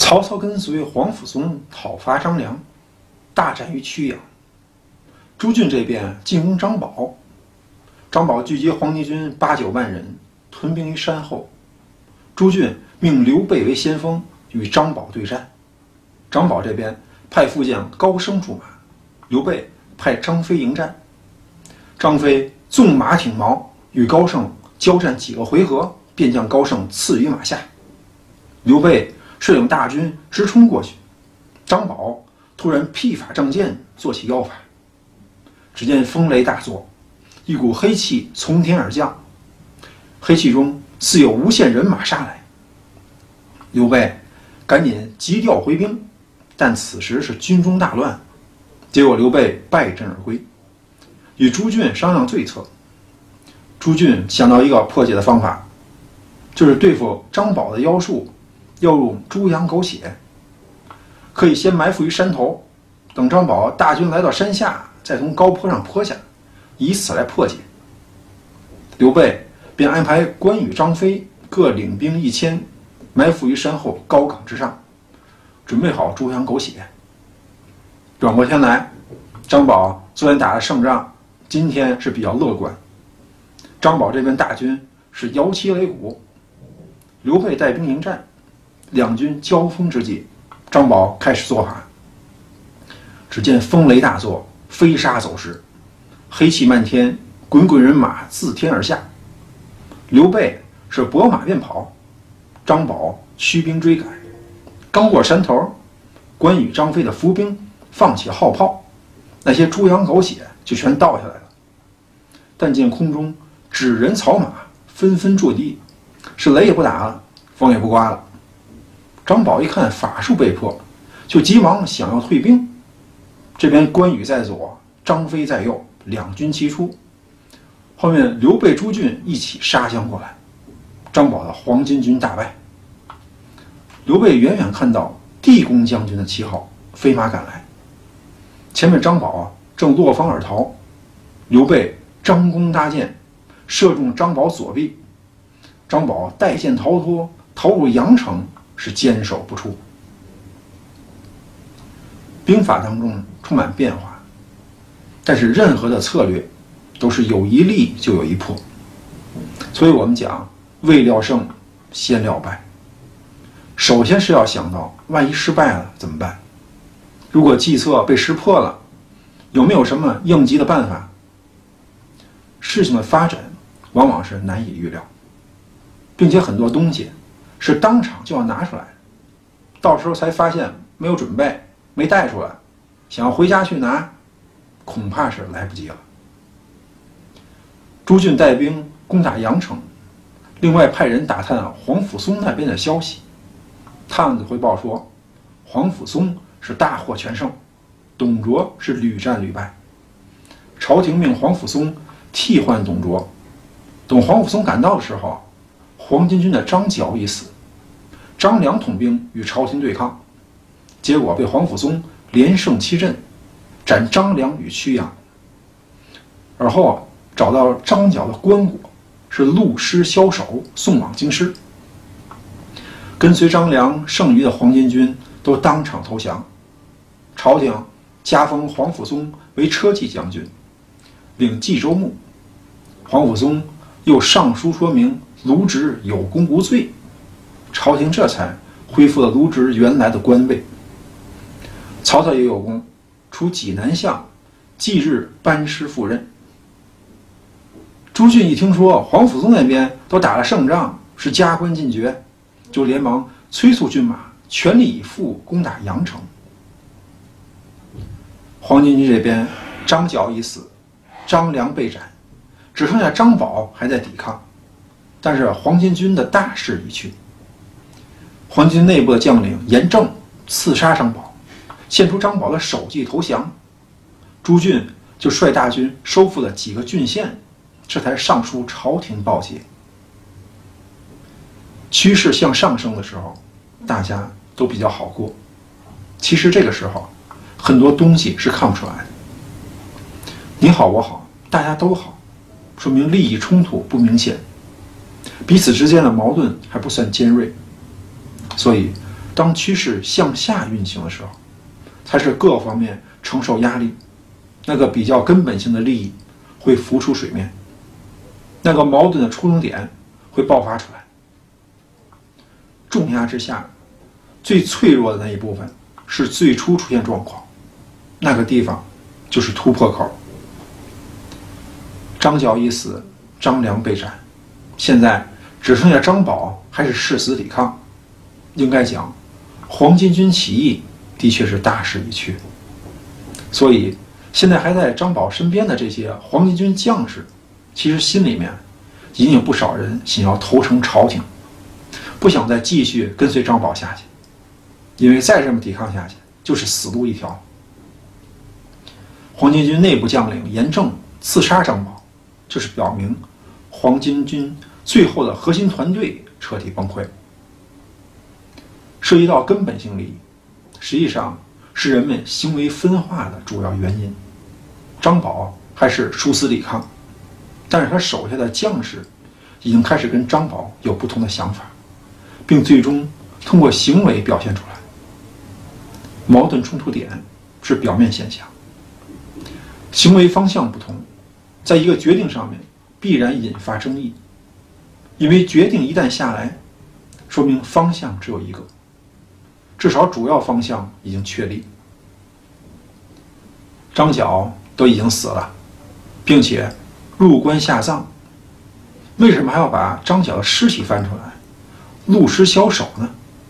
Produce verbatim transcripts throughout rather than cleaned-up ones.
曹操跟随皇甫嵩讨伐张良，大战于曲阳。朱俊这边进攻张宝，张宝聚集黄巾军八九万人，屯兵于山后。朱俊命刘备为先锋，与张宝对战。张宝这边派副将高升出马，刘备派张飞迎战。张飞纵马挺矛，与高盛交战几个回合，便将高盛刺于马下。刘备率领大军直冲过去，张宝突然披发仗剑，做起妖法。只见风雷大作，一股黑气从天而降，黑气中似有无限人马杀来。刘备赶紧急调回兵，但此时是军中大乱，结果刘备败阵而归，与朱俊商量对策。朱俊想到一个破解的方法，就是对付张宝的妖术要用猪羊狗血，可以先埋伏于山头，等张宝大军来到山下，再从高坡上坡下，以此来破解。刘备便安排关羽、张飞各领兵一千，埋伏于山后高岗之上，准备好猪羊狗血。转过天来，张宝昨天打了胜仗，今天是比较乐观。张宝这边大军是摇旗擂鼓，刘备带兵迎战。两军交锋之际，张宝开始做法。只见风雷大作，飞沙走石，黑气漫天，滚滚人马自天而下。刘备是拨马便跑，张宝驱兵追赶。刚过山头，关羽、张飞的伏兵放起号炮，那些猪羊狗血就全倒下来了。但见空中纸人草马纷纷坠地，是雷也不打了，风也不刮了。张宝一看法术被破，就急忙想要退兵。这边关羽在左，张飞在右，两军齐出。后面刘备、朱俊一起杀将过来，张宝的黄巾军大败。刘备远远看到地公将军的旗号，飞马赶来。前面张宝正落方而逃，刘备张弓搭箭，射中张宝左臂。张宝带剑逃脱，逃入阳城，是坚守不出。兵法当中充满变化，但是任何的策略都是有一利就有一破，所以我们讲未料胜先料败。首先是要想到万一失败了怎么办，如果计策被识破了，有没有什么应急的办法？事情的发展往往是难以预料，并且很多东西是当场就要拿出来，到时候才发现没有准备，没带出来，想要回家去拿，恐怕是来不及了。朱俊带兵攻打阳城，另外派人打探皇甫嵩那边的消息。探子回报说，皇甫嵩是大获全胜，董卓是屡战屡败。朝廷命皇甫嵩替换董卓。等皇甫嵩赶到的时候，黄巾军的张角已死，张良统兵与朝廷对抗，结果被皇甫嵩连胜七阵，斩张良于曲阳。而后找到张角的棺椁，是戮尸枭首，送往京师。跟随张良剩余的黄巾军都当场投降，朝廷加封皇甫嵩为车骑将军，领冀州牧。皇甫嵩又上书说明卢植有功无罪，朝廷这才恢复了卢植原来的官位。曹操也有功，除济南相，即日班师赴任。朱俊一听说皇甫嵩那边都打了胜仗，是加官进爵，就连忙催促军马全力以赴攻打阳城。黄巾军这边张角已死，张良被斩，只剩下张宝还在抵抗，但是黄巾军的大势已去。黄巾内部的将领严正刺杀张宝，献出张宝的首级投降。朱俊就率大军收复了几个郡县，这才上书朝廷报捷。趋势向上升的时候，大家都比较好过。其实这个时候很多东西是看不出来的，你好我好大家都好，说明利益冲突不明显，彼此之间的矛盾还不算尖锐。所以当趋势向下运行的时候，才是各方面承受压力，那个比较根本性的利益会浮出水面，那个矛盾的触动点会爆发出来。重压之下，最脆弱的那一部分是最初出现状况，那个地方就是突破口。张角已死，张良被斩，现在只剩下张宝还是誓死抵抗。应该讲，黄巾军起义的确是大势已去，所以现在还在张宝身边的这些黄巾军将士，其实心里面已经有不少人想要投诚朝廷，不想再继续跟随张宝下去，因为再这么抵抗下去就是死路一条。黄巾军内部将领严正刺杀张宝，就是表明黄巾军最后的核心团队彻底崩溃。涉及到根本性利益，实际上是人们行为分化的主要原因。张宝还是殊死抵抗，但是他手下的将士已经开始跟张宝有不同的想法，并最终通过行为表现出来。矛盾冲突点是表面现象，行为方向不同，在一个决定上面必然引发争议，因为决定一旦下来，说明方向只有一个，至少主要方向已经确立。张角都已经死了，并且入棺下葬，为什么还要把张角的尸体翻出来，戮尸枭首呢？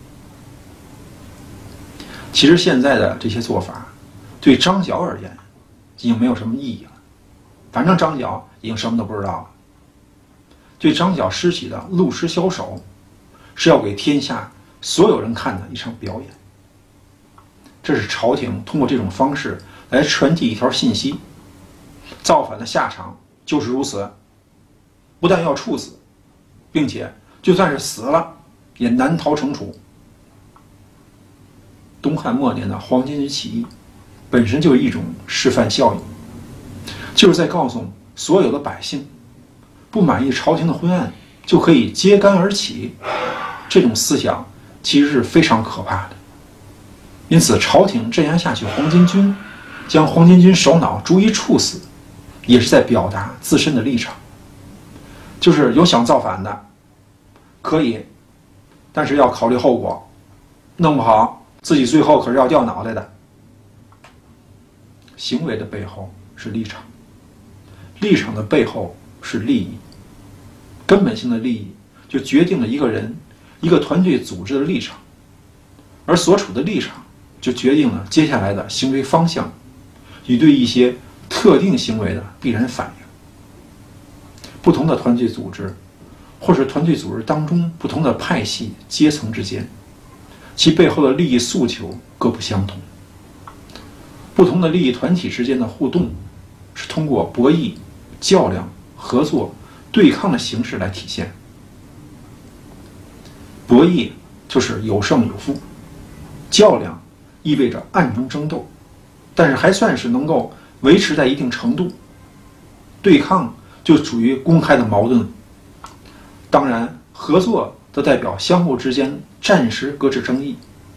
其实现在的这些做法对张角而言已经没有什么意义了，反正张角已经什么都不知道了。对张角尸体的戮尸枭首是要给天下所有人看的一场表演，这是朝廷通过这种方式来传递一条信息：造反的下场就是如此，不但要处死，并且就算是死了也难逃惩处。东汉末年的黄巾军起义本身就是一种示范效应，就是在告诉所有的百姓，不满意朝廷的昏暗就可以揭竿而起。这种思想其实是非常可怕的，因此朝廷镇压下去黄巾军，将黄巾军首脑逐一处死，也是在表达自身的立场，就是有想造反的可以，但是要考虑后果，弄不好自己最后可是要掉脑袋的。行为的背后是立场，立场的背后是利益，根本性的利益就决定了一个人一个团队组织的立场，而所处的立场就决定了接下来的行为方向与对一些特定行为的必然反应。不同的团队组织，或是团队组织当中不同的派系阶层之间，其背后的利益诉求各不相同。不同的利益团体之间的互动是通过博弈、较量、合作、对抗的形式来体现。博弈就是有胜有负，较量意味着暗中争斗，但是还算是能够维持在一定程度。对抗就属于公开的矛盾。当然，合作则代表相互之间暂时搁置争议。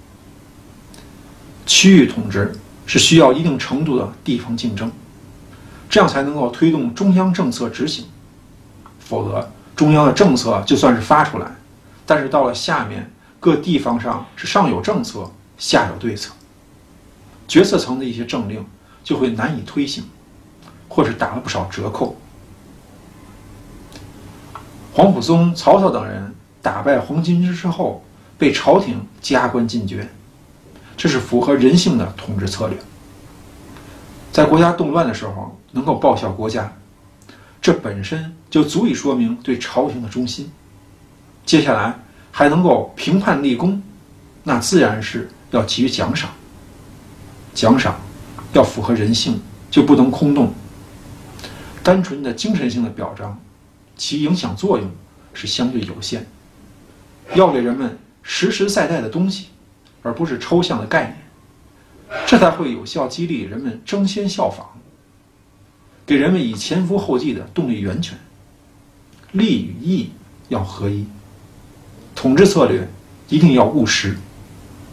区域统治是需要一定程度的地方竞争，这样才能够推动中央政策执行。否则，中央的政策就算是发出来，但是到了下面各地方上是上有政策，下有对策，决策层的一些政令就会难以推行，或是打了不少折扣。皇甫嵩、曹操等人打败黄巾军之后，被朝廷加官进爵，这是符合人性的统治策略。在国家动乱的时候能够报效国家，这本身就足以说明对朝廷的忠心。接下来还能够评判立功，那自然是要给予奖赏。奖赏要符合人性，就不能空洞。单纯的精神性的表彰，其影响作用是相对有限。要给人们实实在在的东西，而不是抽象的概念，这才会有效激励人们争先效仿，给人们以前赴后继的动力源泉。利与义要合一，统治策略一定要务实，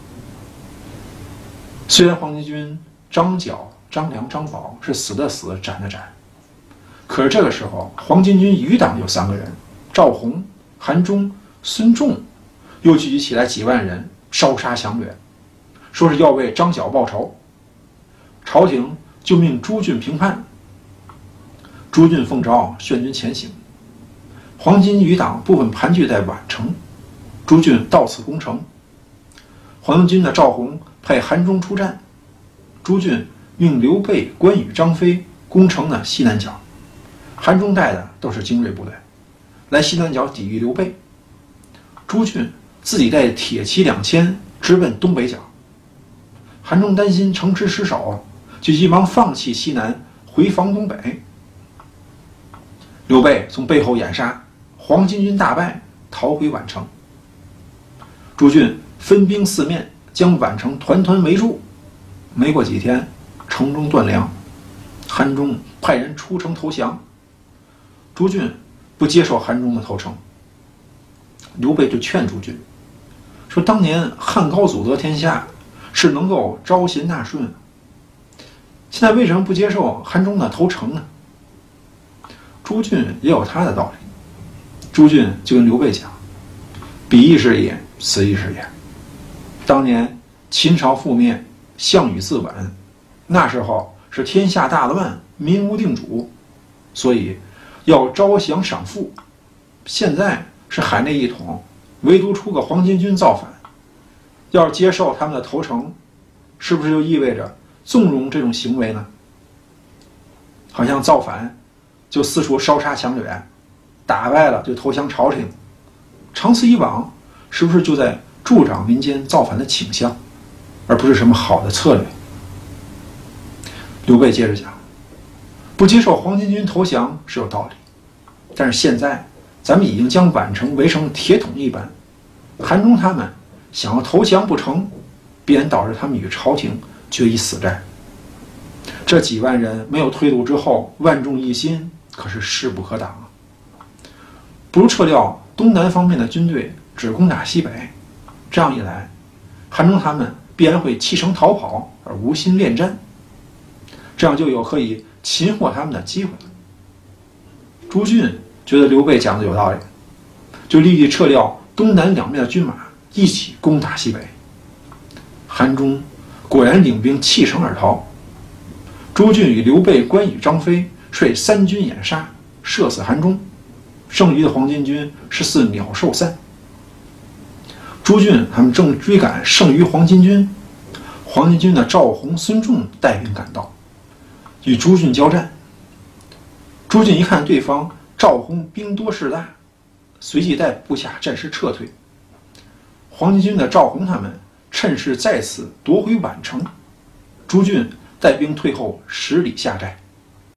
虽然黄巾军张角、张良、张宝是死的死，斩的斩，可是这个时候黄巾军余党有三个人，赵弘、韩忠、孙仲，又聚集起来几万人，烧杀抢掠，说是要为张角报仇。朝廷就命朱俊平叛。朱俊奉诏宣军前行，黄巾余党部分盘踞在宛城，朱俊到此攻城。黄巾军的赵弘派韩忠出战，朱俊命刘备、关羽、张飞攻城的西南角，韩忠带的都是精锐部队，来西南角抵御刘备。朱俊自己带铁骑两千直奔东北角。韩忠担心城池失守，就急忙放弃西南，回防东北。刘备从背后掩杀，黄巾军大败，逃回宛城。朱俊分兵四面，将宛城团团围住。没过几天，城中断粮，韩忠派人出城投降。朱俊不接受韩忠的投诚，刘备就劝朱俊说：“当年汉高祖得天下，是能够招贤纳顺，现在为什么不接受韩忠的投诚呢？”朱俊也有他的道理。朱俊就跟刘备讲：“彼亦是也，此亦是也。当年秦朝覆灭，项羽自刎，那时候是天下大乱，民无定主，所以要招降赏赋。现在是海内一统，唯独出个黄巾军造反，要是接受他们的投诚，是不是就意味着纵容这种行为呢？好像造反就四处烧杀抢掠，打败了就投降朝廷，长此以往，是不是就在助长民间造反的倾向，而不是什么好的策略？”刘备接着讲：“不接受黄巾军投降是有道理，但是现在咱们已经将宛城围成铁桶一般，韩忠他们想要投降不成，必然导致他们与朝廷决一死战。这几万人没有退路之后，万众一心，可是势不可挡啊！不如撤掉东南方面的军队，只攻打西北。这样一来，韩忠他们必然会弃城逃跑，而无心恋战，这样就有可以擒获他们的机会了。”朱俊觉得刘备讲的有道理，就立即撤掉东南两面的军马，一起攻打西北。韩忠果然领兵弃城而逃。朱俊与刘备、关羽、张飞率三军掩杀，射死韩忠，剩余的黄巾军是似鸟兽散。朱俊他们正追赶剩余黄巾军，黄巾军的赵弘、孙仲带兵赶到，与朱俊交战。朱俊一看对方赵弘兵多势大，随即带部下暂时撤退。黄巾军的赵弘他们趁势再次夺回宛城，朱俊带兵退后十里下寨。